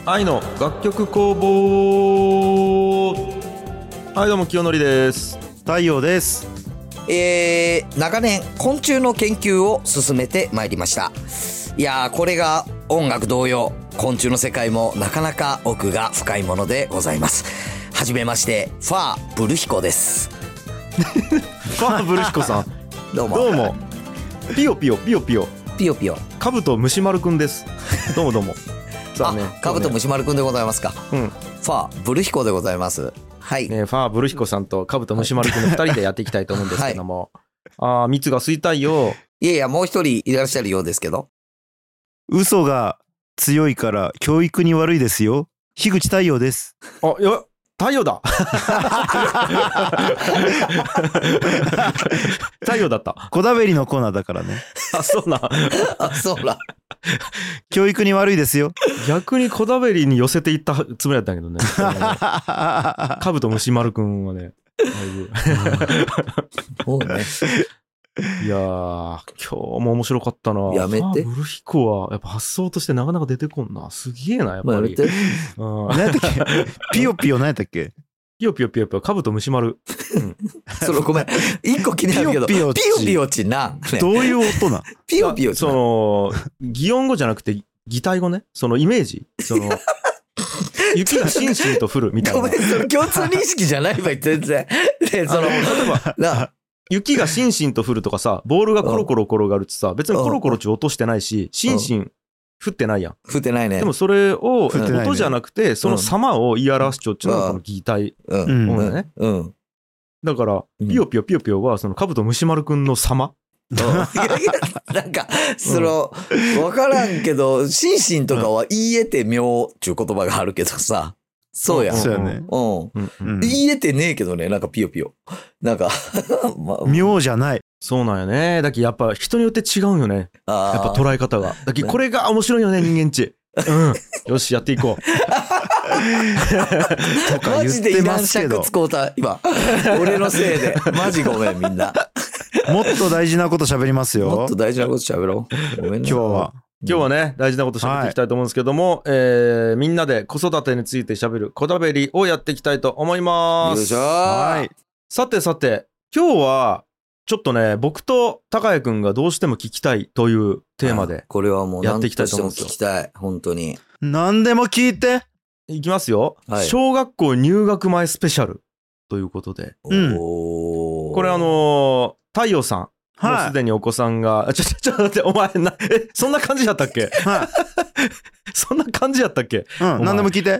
愛の楽曲工房。はいどうも清則です。 太陽です。 長年昆虫の研究を進めてまいりました。いやー、これが音楽同様、昆虫の世界もなかなか奥が深いものでございます。はじめまして、ファーブルヒコです。 ファーブルヒコさんどうもどうも。ピヨピヨピヨピヨピヨピヨカブトムシマルくんです。どうもどうも。 あ、カブトムシマルくんでございますか。 うん、 ファーブルヒコでございます。はい、 ファーブルヒコさんとカブトムシマルくんの2人でやっていきたいと思うんですけども、はい、蜜が吸いたいよ。 いやいや、もう一人いらっしゃるようですけど。 嘘が強いから教育に悪いですよ。樋口太陽です。 あ、いや太陽だ。太陽だった。 こだべりのコーナーだからね。 あ、そうな。 あ、そうだ。 教育に悪いですよ。 逆にこだべりに寄せていったつもりだったけどね。カブトムシマルくんはね。 そうね。 いやー、今日も面白かったな。 やめて。 ブルヒコはやっぱ発想としてなかなか出てこんな。すげえなやっぱり。 やめて。 何やったっけ。ピヨピヨ何やったっけ。 ピヨピヨピヨピヨカブトムシマル。うん、 それごめん。一個気になるけど。ピヨピヨチな。 どういう音な。 ピヨピヨチ。 その擬音語じゃなくて擬態語ね。そのイメージ。その雪がしんしんと降るみたいな。 ごめん、それ共通認識じゃないわ全然。で、その例えばな。 雪がしんしんと降るとかさ、ボールがコロコロ転がるってさ、別にコロコロち落としてないし、しんしん降ってないやん。 降ってないね。 でもそれを、音じゃなくて、その様を言い表すちょっちゅうのがこの擬態音だね。だから、ピヨピヨピヨピヨは、そのカブトムシマルくんの様。 なんか、その、わからんけど、しんしんとかは言えて妙っていう言葉があるけどさ。そうや。 そうやね。 言えてねえけどね、なんかピヨピヨ。なんか、 妙じゃない。 そうなんよね。だけどやっぱ人によって違うよね。やっぱ捉え方が。だけどこれが面白いよね、人間ち。うん。よし、やっていこう。 マジでいらん尺使うた、今。俺のせいで。マジごめん、みんな。 もっと大事なこと喋りますよ。 もっと大事なこと喋ろう。ごめんな。 今日はね、大事なこと喋っていきたいと思うんですけども、みんなで子育てについて喋るこだべりをやっていきたいと思います。 よいしょ。 はい。 さてさて、今日はちょっとね、僕と高谷くんがどうしても聞きたいというテーマでこれはもうやっていきたいと思うんですよ。 聞きたい、本当に。 何でも聞いて。 いきますよ、 はい。 小学校入学前スペシャルということで、これ太陽さん。もうすでにお子さんが、ちょっと待って、お前そんな感じやったっけ。そんな感じやったっけ。 何でも聞いて。 やっ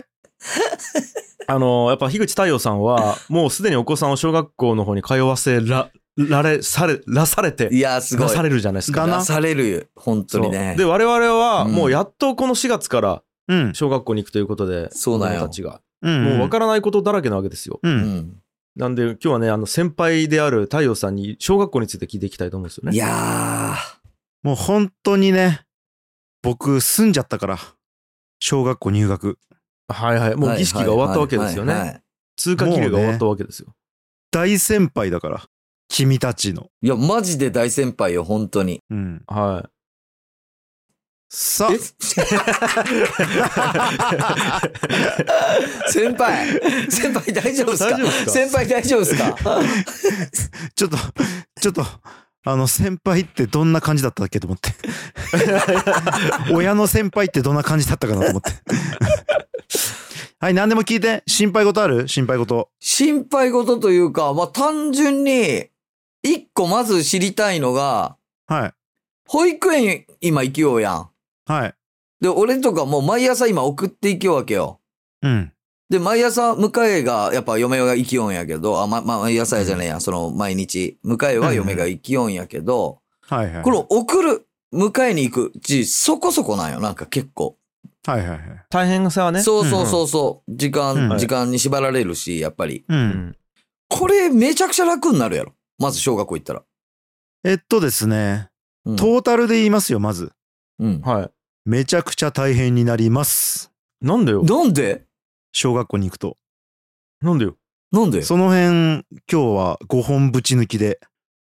ぱ樋口太陽さんは、もうすでにお子さんを小学校の方に通わせされて、 いや、すごい。 出されるじゃないですか。 出される、本当にね。 で、我々は、もうやっとこの4月から、小学校に行くということで、 そうだよ。 たちが、もうわからないことだらけなわけですよ。なんで今日はね、先輩である太陽さんに小学校について聞いていきたいと思うんですよね。 いやー、もう本当にね、僕住んじゃったから、小学校入学。 はいはい、もう儀式が終わったわけですよね。通過儀礼が終わったわけですよ。 大先輩だから、君たちの。 いや、マジで大先輩よ、本当に。 はい。 さあ先輩大丈夫ですか。先輩大丈夫ですか。 ちょっと先輩ってどんな感じだったっけと思って親の先輩ってどんな感じだったかなと思ってはい、何でも聞いて。心配事ある？心配事というか、まあ単純に一個まず知りたいのが、 はい、 保育園今行きようやん。 はい。 で、俺とかもう毎朝今送っていきようわけよ。で、毎朝迎えが、やっぱ嫁が行きようんやけど、毎朝やじゃねえや、その毎日。迎えは嫁が行きようんやけど、この迎えに行くそこそこなんよ、なんか結構。 大変さはね。 そう。時間に縛られるし、やっぱり。これめちゃくちゃ楽になるやろ。まず小学校行ったら。 ですね、トータルで言いますよ、まず。 はい。 めちゃくちゃ大変になります。 なんでよ。 なんで？ 小学校に行くと。 なんでよ。 なんで？ その辺今日は5本ぶち抜きで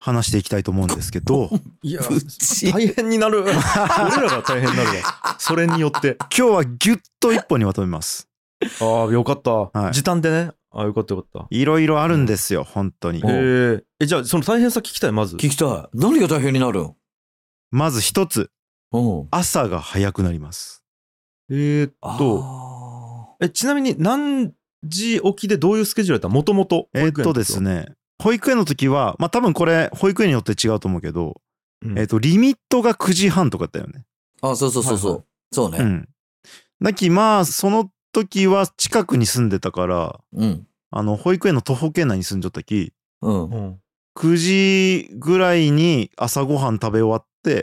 話していきたいと思うんですけど、 いや、大変になる。俺らが大変になるわ。それによって。 今日はギュッと一本にまとめます。 ああ、よかった。 はい、 時短でね。ああ、よかったよかった。 いろいろあるんですよ、本当に。 じゃあその大変さ聞きたい、まず。 聞きたい。何が大変になるん？ まず一つ。朝が早くなります。 ちなみに何時起きでどういうスケジュールだった？もともと。 ですね、保育園の時は、まあ多分これ保育園によって違うと思うけど、リミットが9時半とかだったよね。 あ、そう。そうね。 だきまあその時は近くに住んでたから、保育園の徒歩圏内に住んじゃったき、9時ぐらいに朝ごはん食べ終わって、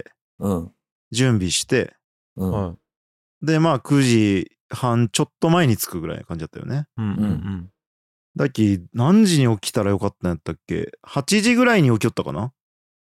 準備して、でまあ9時半ちょっと前に着くぐらいな感じだったよね。だき何時に起きたらよかったんやったっけ？ 8 時ぐらいに起きよったかな。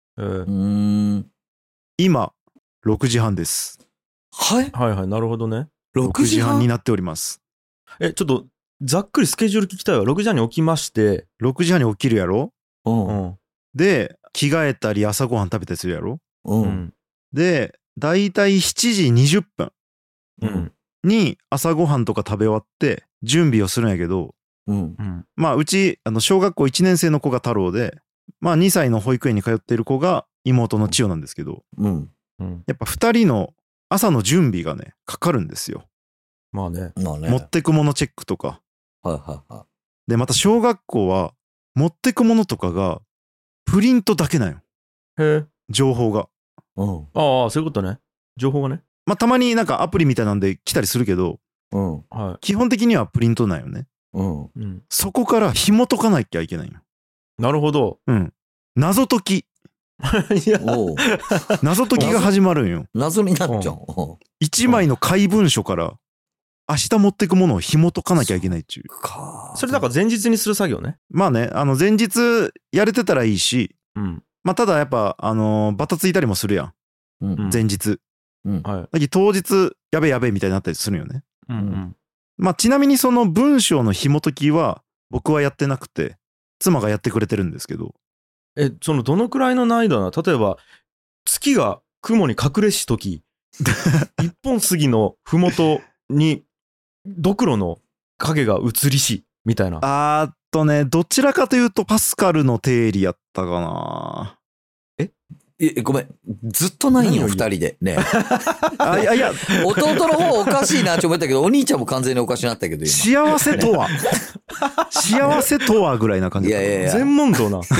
今6時半です。 はいなるほどね。 6時半になっております。 ちょっとざっくりスケジュール聞きたいわ。6時半に起きまして、 6時半に起きるやろ。で着替えたり朝ごはん食べたりするやろ。でだいたい7時20分に朝ごはんとか食べ終わって準備をするんやけど、まあうち小学校1年生の子が太郎で、まあ2歳の保育園に通っている子が妹の千代なんですけど、やっぱ2人の朝の準備がねかかるんですよ。 まあね。 持ってくものチェックとか。でまた小学校は持ってくものとかがプリントだけなんよ。 へえ。 情報が。 ああ、そういうことね。情報がね。 まあたまになんかアプリみたいなんで来たりするけど、基本的にはプリントなんよね。そこから紐解かなきゃいけないよ。 なるほど。 謎解き。謎解きが始まるんよ。 謎になっちゃう。 1枚の怪文書から明日持ってくものを紐解かなきゃいけないっちゅう。 それだから前日にする作業ね。 まあね、前日やれてたらいいし、まあただやっぱバタついたりもするやん。前日。だけど当日やべみたいになったりするよね。まあちなみにその文章の紐解きは僕はやってなくて妻がやってくれてるんですけど。 そのどのくらいの難易度なの？例えば月が雲に隠れしとき一本杉のふもとにドクロの影が映りしみたいな。 どちらかというとパスカルの定理やったかな。 ごめん。ずっとないよ、二人で。ね。いや、弟の方おかしいなって思ったけど、お兄ちゃんも完全におかしになったけど、 幸せとは幸せとはぐらいな感じ。 いや。全問答な。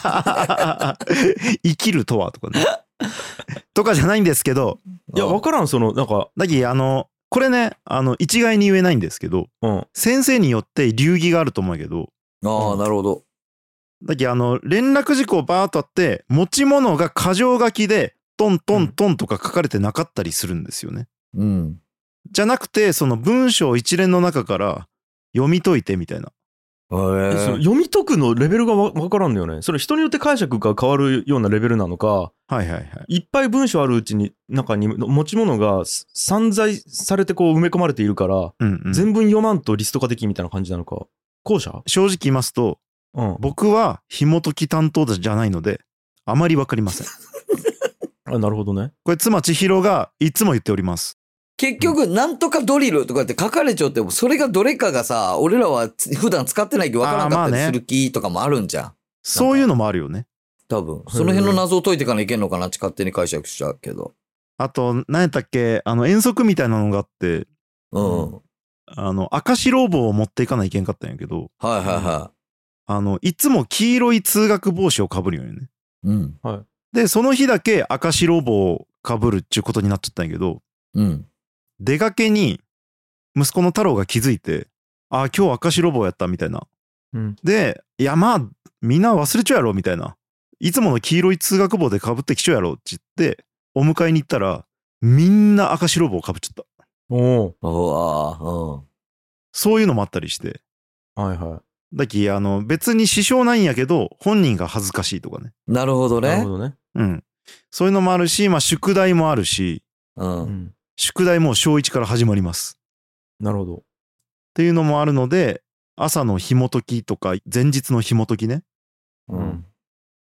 生きるとはとかね。とかじゃないんですけど。 いや、わからん、なんか。 だき、これね、一概に言えないんですけど、先生によって流儀があると思うけど。 ああ、なるほど。 だけど連絡事項バーっとあって持ち物が箇条書きでトントントンとか書かれてなかったりするんですよね。じゃなくてその文章一連の中から読み解いてみたいな。 その読み解くのレベルがわからんのよね。それ人によって解釈が変わるようなレベルなのか、いっぱい文章あるうちに中に持ち物が散在されてこう埋め込まれているから、全文読まんとリスト化できみたいな感じなのか。後者？ 正直言いますと。僕は紐解き担当じゃないのであまり分かりません。 なるほどね。 これ妻千尋がいつも言っております。 結局なんとかドリルとかって書かれちゃってもそれがどれかがさ俺らは普段使ってないけど分からなかったりする気とかもあるんじゃん。 そういうのもあるよね。 多分その辺の謎を解いていかないけんのかなって勝手に解釈しちゃうけど。 あと何やったっけ遠足みたいなのがあって赤白棒を持っていかないけんかったんやけどいつも黄色い通学帽子をかぶるよね。でその日だけ赤白帽をかぶるっちゅうことになっちゃったんやけど、出かけに息子の太郎が気づいて今日赤白帽やったみたいな。でいやまあみんな忘れちゃうやろみたいな。いつもの黄色い通学帽でかぶってきちゃうやろって言ってお迎えに行ったらみんな赤白帽かぶっちゃった。そういうのもあったりして。だき別に支障ないんやけど本人が恥ずかしいとかね。 なるほどね。 そういうのもあるし、まあ宿題もあるし、宿題も小1から始まります。 なるほど。 っていうのもあるので朝の紐解きとか前日の紐解きね。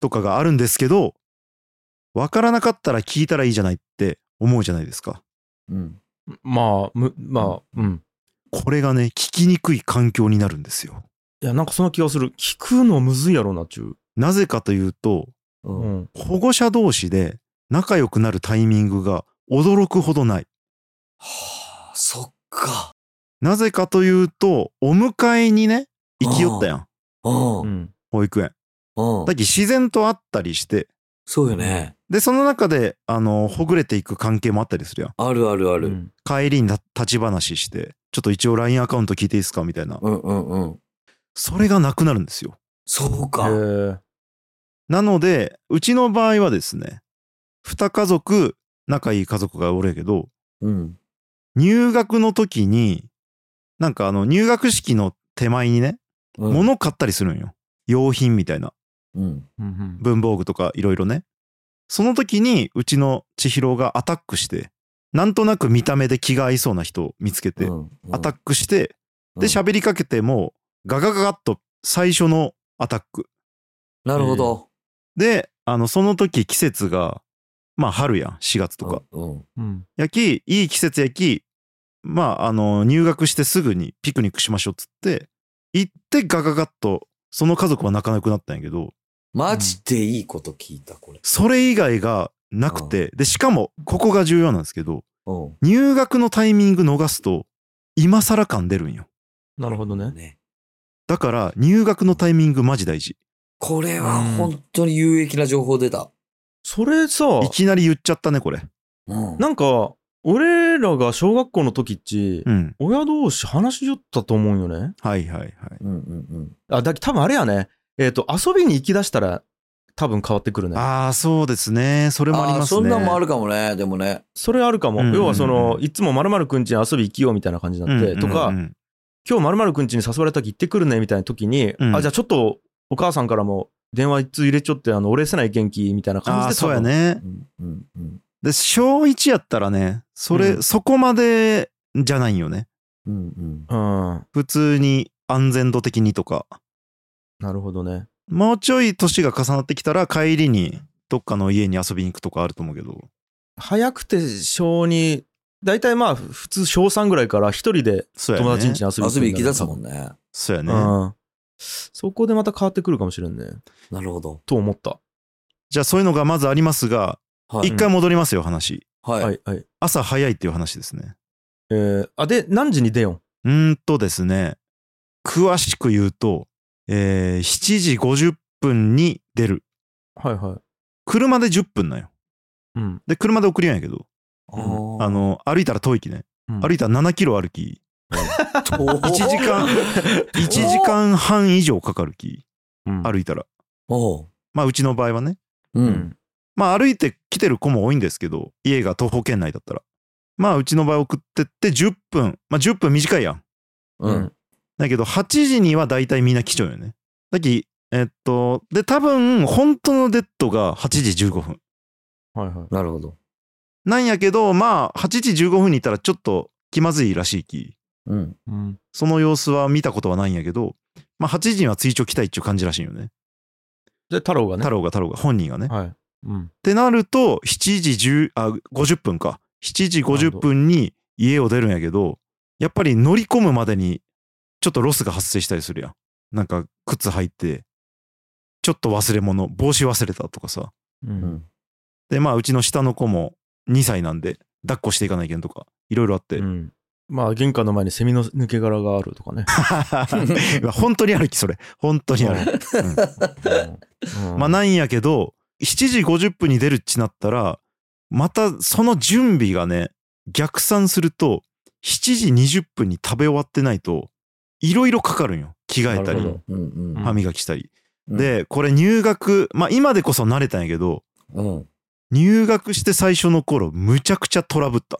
とかがあるんですけど、わからなかったら聞いたらいいじゃないって思うじゃないですか。 うん。 まあ、 これがね、聞きにくい環境になるんですよ。 いや、なんかそんな気がする。聞くのむずいやろなっちゅう。 なぜかというと、保護者同士で仲良くなるタイミングが驚くほどない。 はあ、そっか。 なぜかというと、お迎えにね、行きよったやん。 うん。 保育園。だき自然と会ったりして、 そうよね。 で、その中で、ほぐれていく関係もあったりするやん。 あるあるある。 帰りに立ち話して、ちょっと一応 LINE アカウント聞いていいですかみたいな。それがなくなるんですよ。 そうか。 なので、うちの場合はですね、2家族、仲いい家族がおるやけど、入学の時に、なんか入学式の手前にね、物買ったりするんよ。用品みたいな。文房具とかいろいろね。その時にうちの千尋がアタックして、なんとなく見た目で気が合いそうな人を見つけて、アタックして、で喋りかけてもガガガガッと最初のアタック。 なるほど。 で、その時季節が、まあ春やん、4月とか。やき、いい季節やき、まあ入学してすぐにピクニックしましょうっつって、行ってガガガッと、その家族は泣かなくなったんやけど、 マジでいいこと聞いた、これ。 それ以外がなくて、で、しかも、ここが重要なんですけど、入学のタイミング逃すと、今更感出るんよ。 なるほどね。 だから、入学のタイミングマジ大事。 これは本当に有益な情報出た。 それさ、 いきなり言っちゃったね、これ。 なんか、俺らが小学校の時っち、親同士話しよったと思うよね。 はいはいはい。 多分あれやね。遊びに行き出したら多分変わってくるね。 ああ、そうですね。それもありますね。 そんなんもあるかもね、でもね。 それあるかも。要はいつも〇〇くんちに遊び行きようみたいな感じになって、とか、今日〇〇くんちに誘われた時行ってくるねみたいな時に、じゃあちょっとお母さんからも電話一通入れちょって、お礼せない元気みたいな感じで。 そうやね。で、小1やったらね、そこまでじゃないよね。普通に安全度的にとか。 なるほどね。 もうちょい年が重なってきたら帰りにどっかの家に遊びに行くとかあると思うけど。早くて小2、だいたいまあ普通小3ぐらいから一人で友達ん家に遊び行き出すもんね。 そうやね。 そこでまた変わってくるかもしれんね。 なるほど。 と思った。 じゃあそういうのがまずありますが、一回戻りますよ、話。 はい。 朝早いっていう話ですね。 で、何時に出よんですね。詳しく言うと、7時50分に出る。 はいはい。 車で10分なんよ。で、車で送りやんやけど、歩いたら遠いきね。歩いたら7キロ歩き。1時間半以上かかるき。歩いたら。まあ、うちの場合はね。まあ、歩いて来てる子も多いんですけど、家が徒歩圏内だったら。まあ、うちの場合送ってって10分。まあ、10分短いやん。だけど、8時には大体みんな来ちゃうよね。だき、で、多分、本当のデッドが8時15分。 はいはい。 なるほど。 なんやけど、まあ、8時15分に行ったらちょっと気まずいらしいき。その様子は見たことはないんやけど、まあ、8時には追徴来たいっていう感じらしいよね。 で、太郎がね。 太郎が、本人がね。 はい。 ってなると、50分か。7時50分に家を出るんやけど、やっぱり乗り込むまでにちょっとロスが発生したりするやん。なんか靴履いて、ちょっと忘れ物、帽子忘れたとかさ。で、まあうちの下の子も2歳なんで、抱っこしていかないけんとか、いろいろあって。 まあ玄関の前にセミの抜け殻があるとかね。 本当にあるき、それ。本当にある。まあなんやけど、7時50分に出るっちなったら、またその準備がね、逆算すると、7時20分に食べ終わってないと、いろいろかかるんよ。着替えたり、歯磨きしたり。で、これ入学、まあ今でこそ慣れたんやけど、入学して最初の頃、むちゃくちゃトラブった。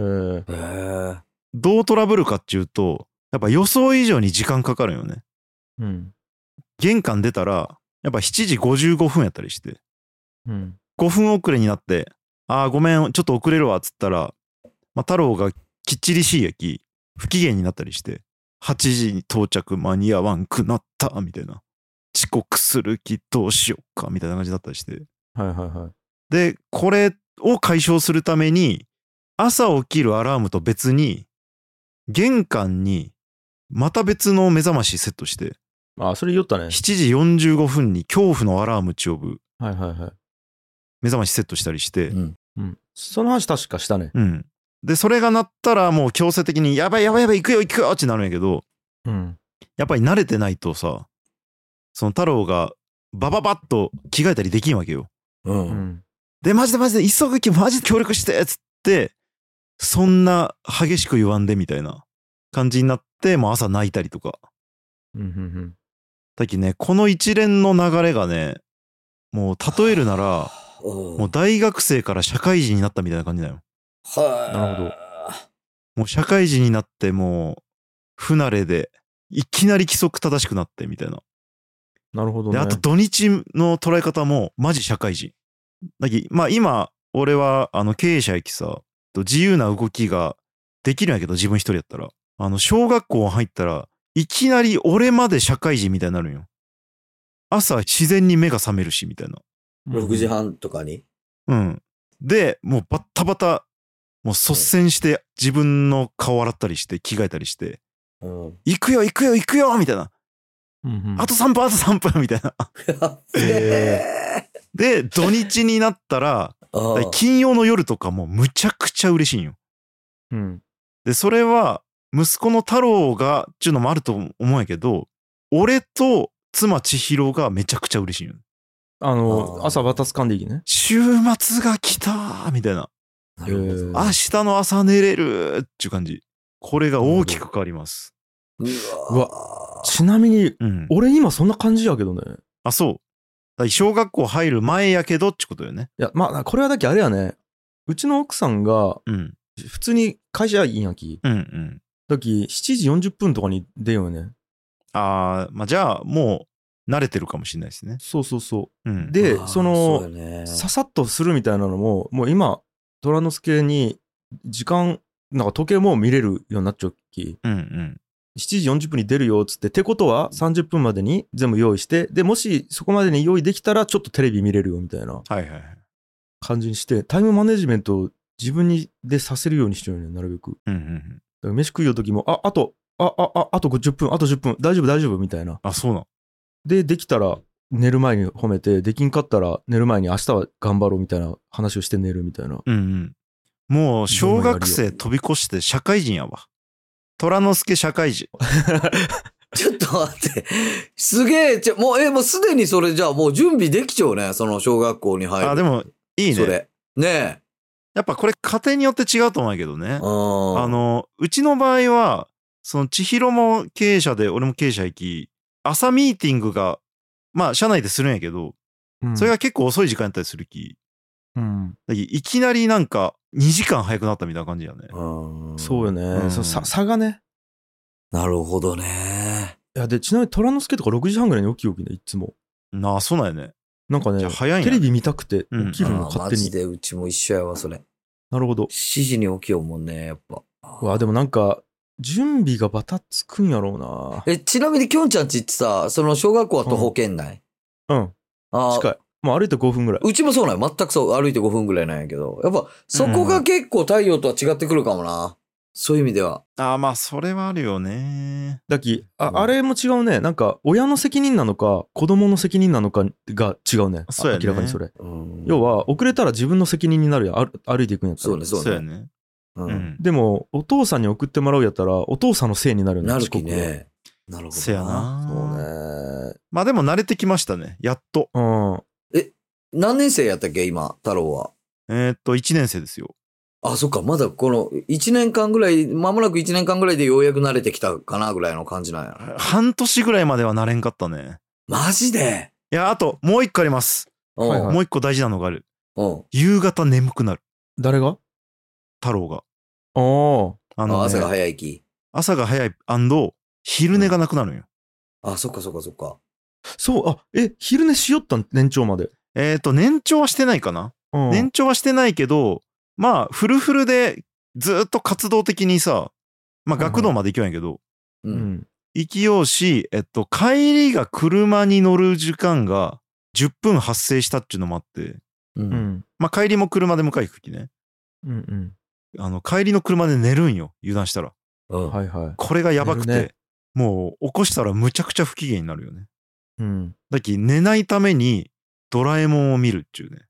どうトラブるかっていうと、やっぱ予想以上に時間かかるよね。玄関出たら、やっぱ7時55分やったりして、5分遅れになって、ごめん、ちょっと遅れるわ、っつったら、まあ、太郎がきっちりしいやき、不機嫌になったりして、8時に到着間に合わんくなった、みたいな。遅遅刻する気どうしよっかみたいな感じだったりして。 はいはいはい。 で、これを解消するために、朝起きるアラームと別に、玄関にまた別の目覚ましセットして、 あ、それ言ったね。 7時45分に恐怖のアラームち呼ぶはいはいはい。 目覚ましセットしたりして、 うん。 その話確かしたね。 うん。で、それが鳴ったらもう強制的にやばいやばいやばい行くよ行くよってなるんやけど、 うん。 やっぱり慣れてないとさ、その太郎がバババッと着替えたりできんわけよ。 う。 うんん。 で、マジで急ぐ気マジで協力してっつって、そんな激しく言わんでみたいな感じになって、もう朝泣いたりとか。 うんうんだきね、この一連の流れがね、もう例えるなら、もう大学生から社会人になったみたいな感じだよ。 はい。 なるほど。 もう社会人になってもう、不慣れで、いきなり規則正しくなってみたいな。 なるほどで、 ね。 あと土日の捉え方もマジ社会人。だき、まあ今、俺は経営者やきさ、自由な動きができるんやけど、自分一人やったら。小学校入ったら、いきなり俺まで社会人みたいになるんよ。朝自然に目が覚めるし、みたいな。 6時半とかに。 うん。で、もうバッタバタ、もう率先して自分の顔洗ったりして着替えたりして、 うん。 行くよ行くよ行くよみたいな。 うんうんあと3分あと3分みたいな。で、土日になったら、金曜の夜とかもむちゃくちゃ嬉しいんよ。 うん。 で、それは息子の太郎がっちゅうのもあると思うんやけど、俺と妻千尋がめちゃくちゃ嬉しいんよ。 朝バタつかんでいいね。 週末が来たーみたいな。 なるほど。 明日の朝寝れるっていう感じ。これが大きく変わります。 うわ。 ちなみに、 うん。 俺今そんな感じやけどね。 あ、そう。だから小学校入る前やけどってことよね。 いや、まあ、これはだけあれやね。うちの奥さんが、 うん。 普通に会社いいんやき。 うんうん。 だき、7時40分とかに出ようよね。 ああ、まあじゃあもう慣れてるかもしれないですね。 そうそうそう。 うん。 で、 そうよね。 ささっとするみたいなのも、もう今、虎之助に時間、なんか時計も見れるようになっちゃうき、 うんうん。 7時40分に出るよっつって、ってことは30分までに全部用意して、で、もしそこまでに用意できたらちょっとテレビ見れるよみたいなはいはいはい。 感じにして、タイムマネジメントを自分でさせるようにしちゃうよね、なるべく。 うんうんうん。 だから飯食いよ時も、あと10分、あと10分、大丈夫みたいな。 あ、そうなん。 で、できたら寝る前に褒めて、できんかったら寝る前に明日は頑張ろうみたいな話をして寝るみたいな。 うんうん。もう小学生飛び越して社会人やわ。虎之助社会人。 ちょっと待って。すげえ、もうすでにそれじゃあもう準備できちゃうね。その小学校に入る。 あ、でもいいね。 それ。ねえ。 やっぱこれ家庭によって違うと思うんやけどね。 あうちの場合は、その千尋も経営者で俺も経営者行き、朝ミーティングが、まあ社内でするんやけど、それが結構遅い時間やったりするき、 うん、 いきなりなんか2時間早くなったみたいな感じやね。 そうよね。差がね。 なるほどね。 いや、で、ちなみに虎之助とか6時半ぐらいに起きね、いつも。 そうなんやね。 なんかね、 早いテレビ見たくて起きるの、勝手に。 マジでうちも一緒やわ、それ。 なるほど。 7時に起きようもんね、やっぱ。 でもなんか、準備がバタつくんやろうな。 ちなみにきょんちゃんちってさ、その小学校は徒歩圏内。 うん。近い。もう歩いて5分ぐらい。 うちもそうなんよ。全くそう。歩いて5分ぐらいなんやけど。やっぱ、そこが結構太陽とは違ってくるかもな。そういう意味では。 まあ、それはあるよね。 あれも違うね。なんか、親の責任なのか、子供の責任なのかが違うね。 そうやね。 明らかにそれ。要は、遅れたら自分の責任になるやん。歩いていくんやったら。 そうやね。 でも、お父さんに送ってもらうやったら、お父さんのせいになるよね。 なるきね。なるほど。 せやな。 そうね。 まあでも慣れてきましたね。やっと。 何年生やったっけ今、太郎は。 1年生ですよ。 あ、そっか。まだこの1年間ぐらい、間もなく1年間ぐらいでようやく慣れてきたかなぐらいの感じなんや。 半年ぐらいまでは慣れんかったね。 マジで？ いや、あと、もう一個あります。もう一個大事なのがある。夕方眠くなる。 誰が？ 太郎が。 朝が早いき。 朝が早い&昼寝がなくなるんよ。 そっかそっかそっか。 そう、昼寝しよったん？年長まで。 年長はしてないかな。年長はしてないけど、まあ、フルフルでずっと活動的にさ、まあ学童まで行くんやけど、1 生きようし、帰りが車に乗る時間が10分発生したっていうのもあって、 うん。 まあ帰りも車で迎え行くきね。 うん帰りの車で寝るんよ、油断したら。 うん。 はいはい。 これがやばくて、 寝るねもう起こしたらむちゃくちゃ不機嫌になるよね。 うん。 だっき寝ないためにドラえもんを見るっちゅうね。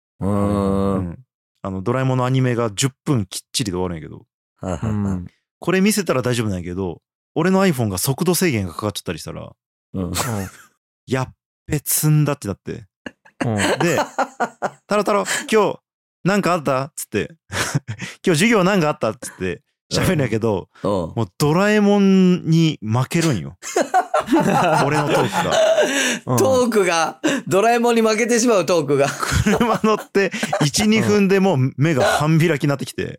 ドラえもんのアニメが10分きっちりで終わるんやけど、これ見せたら大丈夫なんやけど、俺の iPhone が速度制限がかかっちゃったりしたら、やっべ積んだってなって、で太郎今日なんかあったっつって今日授業なんかあったっつって喋るんやけど、もうドラえもんに負けるんよ俺のトークがトークがドラえもんに負けてしまうトークが車乗って 1,2 分でもう目が半開きになってきて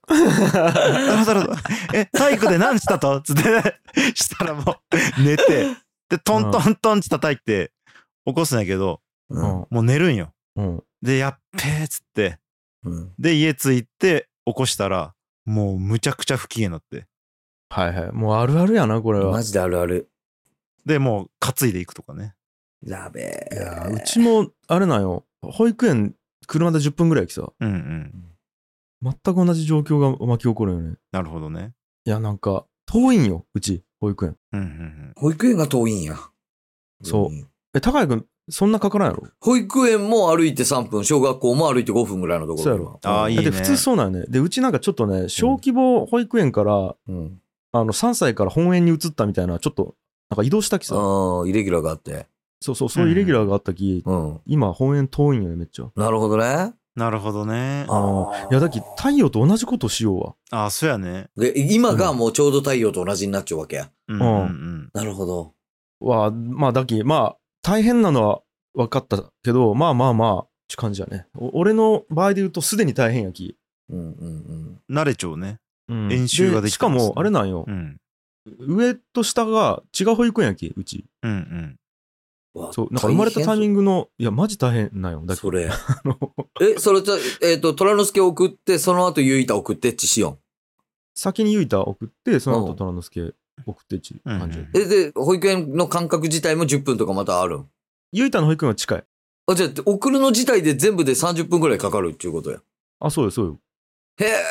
体育で何したとつってしたらもう寝て、でトントントンって叩いて起こすんやけど、もう寝るんよ。でやっべーっつって、で家着いて起こしたらもうむちゃくちゃ不機嫌になって、 はいはい、もうあるあるやなこれは。 マジであるある。 でもう担いでいくとかね。 やべえ。 いやうちもあれなんよ、保育園車で10分ぐらい来さ、全く同じ状況が巻き起こるよね。 なるほどね。 いやなんか遠いんようち保育園。 保育園が遠いんや。 そう高谷君そんなかからんやろ。 保育園も歩いて3分、小学校も歩いて5分ぐらいのところ。 そうやろ。 ああいいね。 で普通そうなんよね。でうちなんかちょっとね小規模保育園から、3歳から本園に移ったみたいな、ちょっとなんか移動したきさ。 イレギュラーがあって。 そういうイレギュラーがあったき、今本園遠いんよねめっちゃ。 なるほどね。 なるほどね。 いやだき太陽と同じことしようわ。 ああそうやね。 で今がもうちょうど太陽と同じになっちゃうわけや。なるほど。 まあだきまあ大変なのは分かったけど、まあって感じやね。俺の場合で言うとすでに大変やき。 慣れちゃうね。演習ができてしかもあれなんよ。上と下が違う保育園やきうち。そうなんか生まれたタイミングのいやマジ大変なんよ。だそれそれと虎之助送ってその後ゆいた送ってっちしよん。 先にゆいた送ってその後虎之助送ってっち感じ。 で保育園の間隔自体も10分とかまたあるん。 ゆいたの保育園は近い。 じゃあ送るの自体で全部で30分ぐらいかかるっていうことや。 あそうよ。 へえ。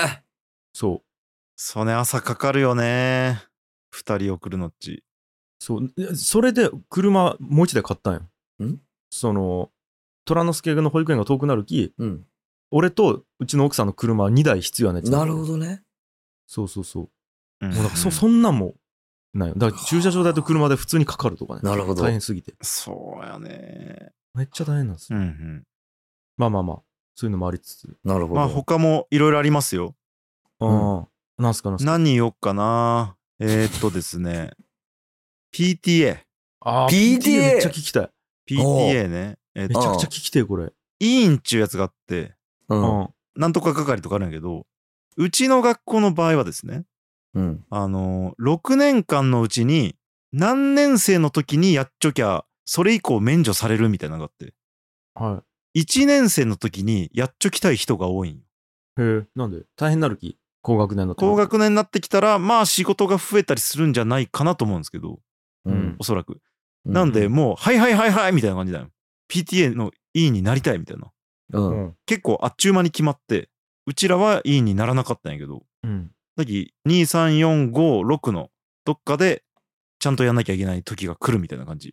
そうね、朝かかるよね。2人送るのっち。 それで車もう一台買ったんよ。その虎之助の保育園が遠くなるき、俺とうちの奥さんの車2台必要やね。 なるほどね。 そうもうなんかそんなんもないよ。だから駐車場代と車で普通にかかるとかね。 なるほど。 大変すぎて。 そうやね。 めっちゃ大変なんですよ。まあそういうのもありつつ。 なるほど。 まあ他もいろいろありますよ。 なんすか何言おっかな。ですね。PTA。 PTA めっちゃ聞きたい。 PTA ね。 めちゃくちゃ聞きてえこれ。 委員っちゅうやつがあって、なんとか係とかあるんやけど、うちの学校の場合はですね、6年間のうちに何年生の時にやっちょきゃそれ以降免除されるみたいなのがあって、1年生の時にやっちょきたい人が多いんよ。 へえ、なんで大変になるき高学年になってきたらまあ仕事が増えたりするんじゃないかなと思うんですけど、おそらく。なんでもうはいみたいな感じだよ。PTA の委員になりたいみたいな。結構あっちゅう間に決まって、うちらは委員にならなかったんやけど、だき2、3、4、5、6のどっかでちゃんとやんなきゃいけない時が来るみたいな感じ。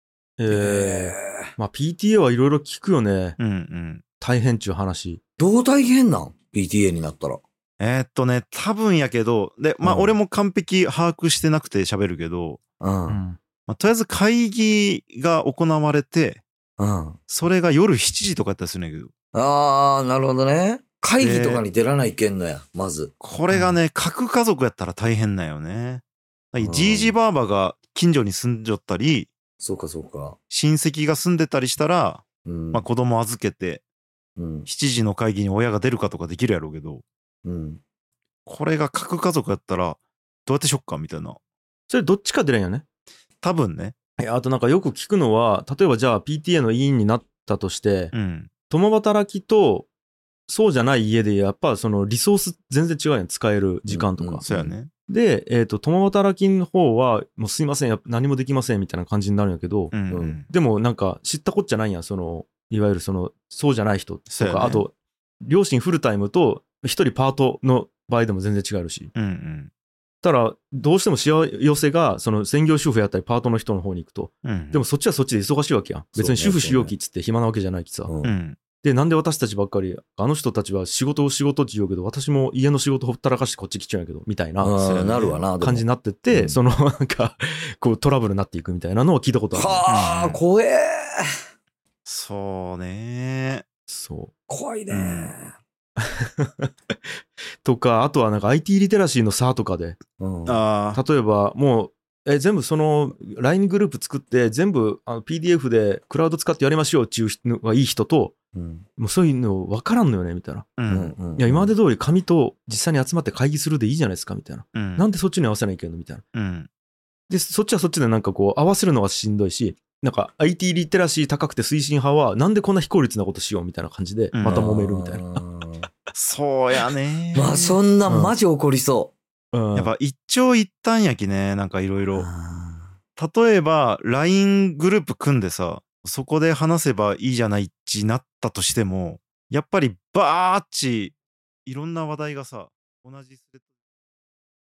まあ PTA はいろいろ聞くよね。大変っちゅう話。 どう大変なん PTA になったら。 多分やけど、で、まあ俺も完璧把握してなくて喋るけど、とりあえず会議が行われて、それが夜7時とかやったりするんやけど。 なるほどね。会議とかに出らないけんのや、まず。 これがね、核家族やったら大変なんよね。じいじばあばが近所に住んじゃったり、 そうか。 親戚が住んでたりしたら、まあ子供預けて、7時の会議に親が出るかとかできるやろうけど、これが核家族やったら、どうやってしよっかみたいな。 それどっちか出れんよね。 多分ね。 あとなんかよく聞くのは、例えばじゃあ PTA の委員になったとして、共働きとそうじゃない家でやっぱそのリソース全然違うやん、使える時間とか。 そうやね。 で、共働きの方は、もうすいません、何もできませんみたいな感じになるんやけど、でもなんか知ったこっちゃないんや、いわゆるそうじゃない人とか、あと、両親フルタイムと一人パートの場合でも全然違うし。ただ、どうしてもしわ寄せが、専業主婦やったりパートの人の方に行くと。でもそっちはそっちで忙しいわけやん。別に主婦しようきっつって暇なわけじゃないきさ。で、なんで私たちばっかり、あの人たちは仕事って言うけど、私も家の仕事ほったらかしてこっち来ちゃうんやけど、みたいな感じになってって、なんか、こうトラブルになっていくみたいなのを聞いたことある。 はあ、怖え。 そうね。 そう。怖いね。 とか、あとはなんか IT リテラシーの差とかで、例えばもう、全部LINE グループ作って全部PDF でクラウド使ってやりましょうっていうのがいい人と、もうそういうの分からんのよねみたいな。いや今まで通り紙と実際に集まって会議するでいいじゃないですかみたいな。なんでそっちに合わせないけんのみたいな。でそっちはそっちでなんかこう合わせるのがしんどいし、なんか IT リテラシー高くて推進派はなんでこんな非効率なことしようみたいな感じでまた揉めるみたいな。 そうやね。 まあそんなマジ起こりそう。 やっぱ一長一短やきね、なんかいろいろ。例えば LINE グループ組んでさ、そこで話せばいいじゃないってなったとしても、やっぱりバーッチいろんな話題がさ、同じスレッド